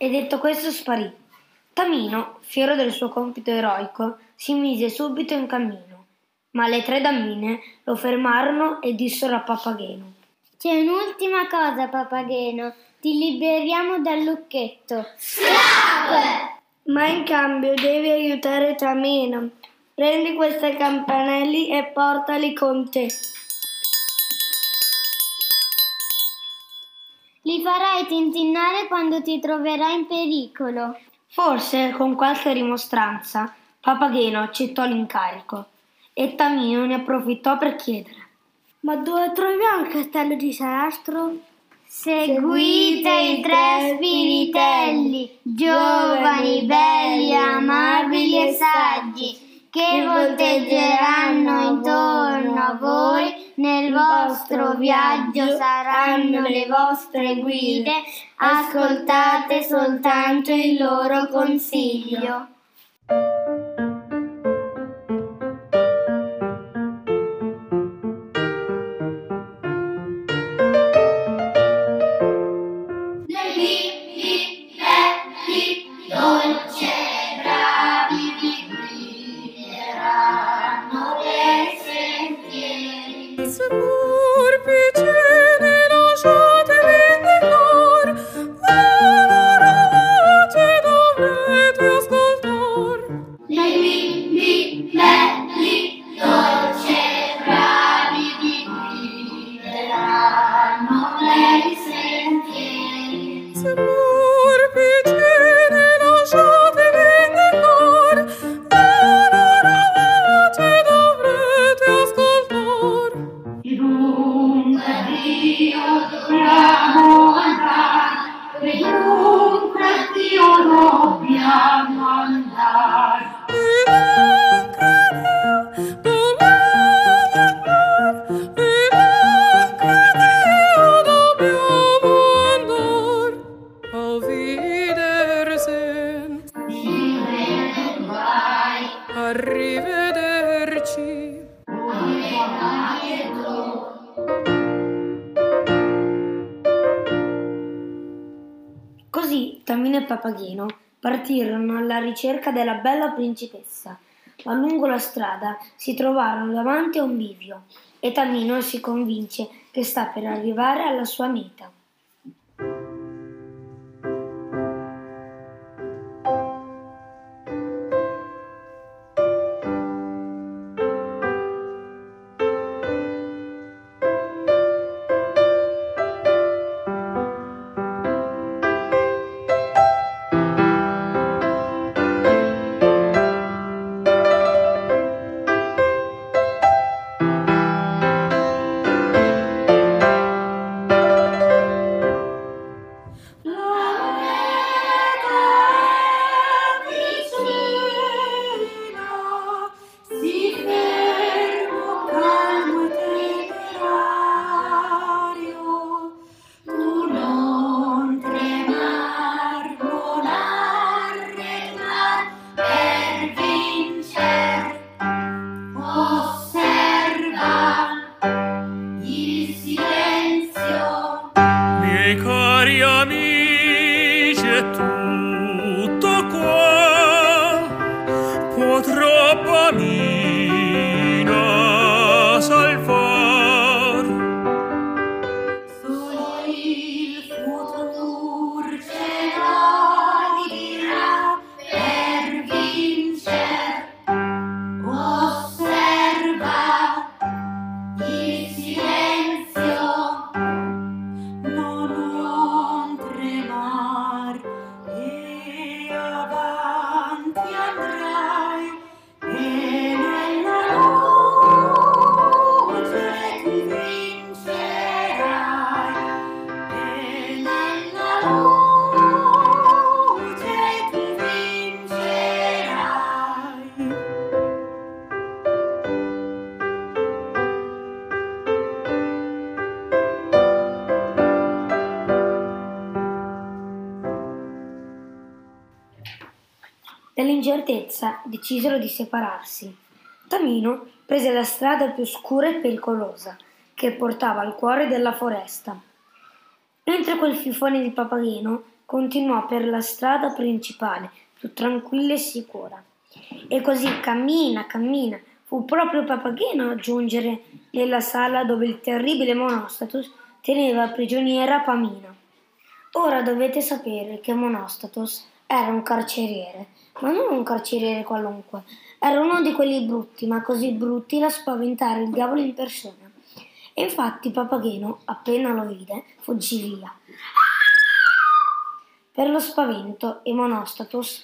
e detto questo sparì. Tamino, fiero del suo compito eroico, si mise subito in cammino, ma le 3 dammine lo fermarono e dissero a Papageno: «C'è un'ultima cosa, Papageno, ti liberiamo dal lucchetto». «Ma in cambio devi aiutare Tamino. Prendi questi campanelli e portali con te. Li farai tintinnare quando ti troverai in pericolo». Forse, con qualche rimostranza, Papageno accettò l'incarico e Tamino ne approfittò per chiedere: «Ma dove troviamo il castello di Sarastro?» «Seguite i 3 spiritelli, giovani, belli, amabili e saggi, che volteggeranno intorno a voi, nel vostro viaggio saranno le vostre guide, ascoltate soltanto il loro consiglio». Arrivederci. Così Tamino e Papageno partirono alla ricerca della bella principessa, ma lungo la strada si trovarono davanti a un bivio e Tamino si convince che sta per arrivare alla sua meta. Cari amici, è tutto qua, potrò Pamina salvar. Solo il futur ce lo dirà per vincer. Osserva il silenzio. Non tremar e avanti andrai e nella luce tu vincerai e nella luce tu vincerai. Nell'incertezza decisero di separarsi. Tamino prese la strada più scura e pericolosa, che portava al cuore della foresta, mentre quel fifone di Papageno continuò per la strada principale, più tranquilla e sicura. E così cammina, fu proprio Papageno a giungere nella sala dove il terribile Monostatos teneva prigioniera Pamina. Ora dovete sapere che Monostatos era un carceriere, ma non un carceriere qualunque, era uno di quelli brutti, ma così brutti da spaventare il diavolo in persona. E infatti Papageno, appena lo vide, fuggì via. Per lo spavento e Monostatos,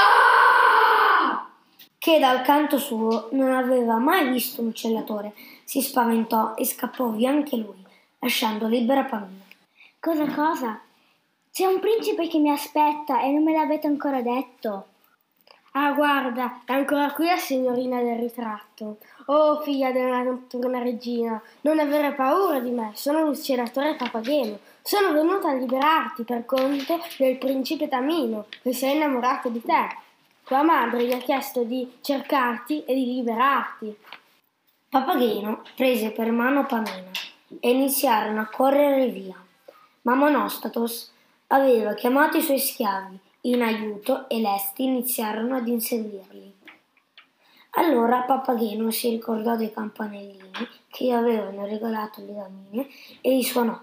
che dal canto suo non aveva mai visto un uccellatore, si spaventò e scappò via anche lui, lasciando libera Pamina. Cosa? C'è un principe che mi aspetta e non me l'avete ancora detto. Ah, guarda, è ancora qui la signorina del ritratto. Oh, figlia della notturna regina, non avere paura di me, sono l'uccellatore Papageno. Sono venuta a liberarti per conto del principe Tamino, che si è innamorato di te. Tua madre gli ha chiesto di cercarti e di liberarti. Papageno prese per mano Pamina e iniziarono a correre via, ma Monostatos aveva chiamato i suoi schiavi in aiuto e lesti iniziarono ad inseguirli. Allora Papageno si ricordò dei campanellini che gli avevano regalato le damine e li suonò.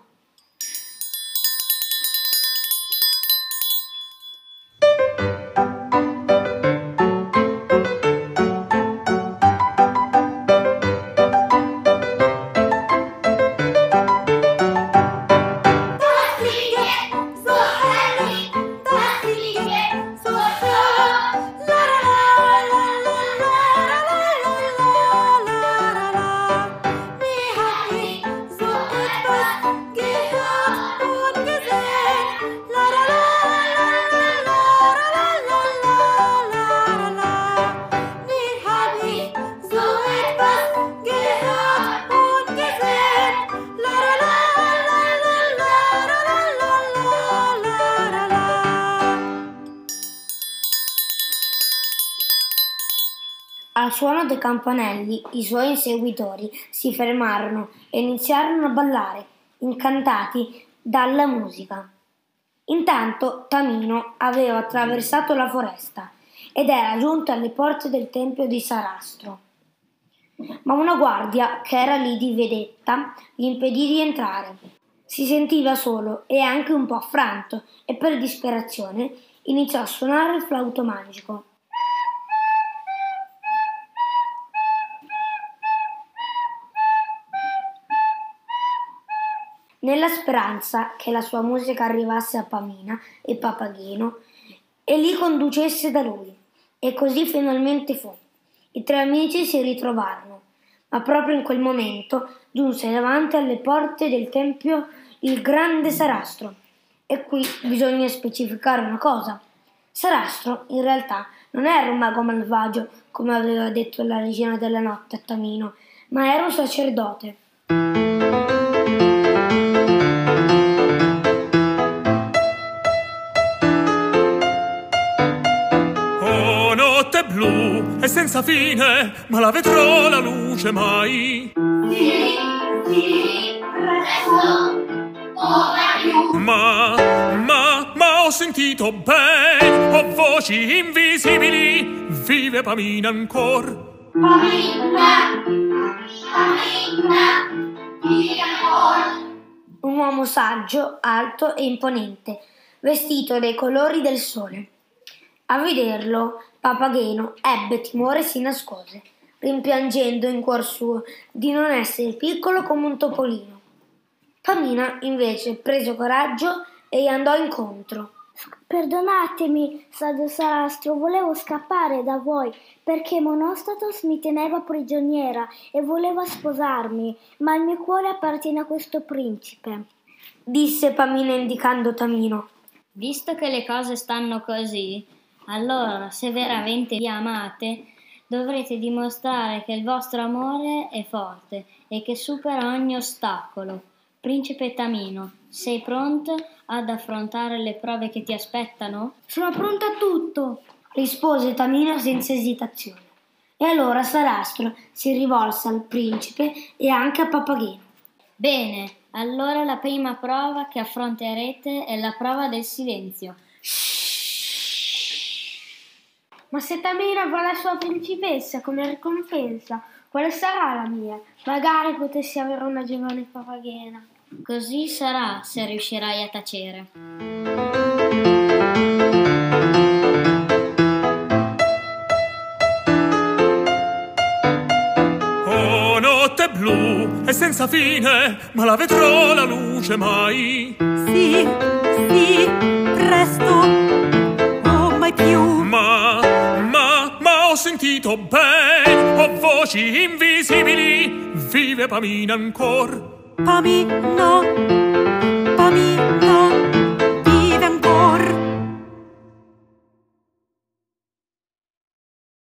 Al suono dei campanelli i suoi inseguitori si fermarono e iniziarono a ballare, incantati dalla musica. Intanto Tamino aveva attraversato la foresta ed era giunto alle porte del tempio di Sarastro. Ma una guardia che era lì di vedetta gli impedì di entrare. Si sentiva solo e anche un po' affranto e per disperazione iniziò a suonare il flauto magico. Nella speranza che la sua musica arrivasse a Pamina e Papageno e li conducesse da lui. E così finalmente fu. I tre amici si ritrovarono, ma proprio in quel momento giunse davanti alle porte del tempio il grande Sarastro. E qui bisogna specificare una cosa. Sarastro in realtà non era un mago malvagio, come aveva detto la regina della notte a Tamino, ma era un sacerdote. Notte blu e senza fine, ma la vedrò la luce mai? Sì, presto, ora più. Ma ho sentito ben, ho voci invisibili, vive Pamina ancor. Pamina, vivi ancora. Un uomo saggio, alto e imponente, vestito dei colori del sole. A vederlo, Papageno ebbe timore e si nascose, rimpiangendo in cuor suo di non essere piccolo come un topolino. Pamina invece prese coraggio e gli andò incontro. Perdonatemi, Sado Sarastro, volevo scappare da voi perché Monostatos mi teneva prigioniera e voleva sposarmi, ma il mio cuore appartiene a questo principe, disse Pamina indicando Tamino. Visto che le cose stanno così, allora se veramente vi amate, dovrete dimostrare che il vostro amore è forte e che supera ogni ostacolo. Principe Tamino, sei pronto ad affrontare le prove che ti aspettano? Sono pronta a tutto, rispose Tamino senza esitazione. E allora Sarastro si rivolse al principe e anche a Papageno. Bene, Allora la prima prova che affronterete è la prova del silenzio. Ma se Tamina va la sua principessa come ricompensa, quale sarà la mia? Magari potessi avere una giovane papagena. Così sarà se riuscirai a tacere. Oh, notte blu e senza fine, ma la vedrò la luce mai? Sì, sì, presto, oh mai più. Ma ho sentito ben, ho voci invisibili, vive Pamina ancor. Pamino, Pamino.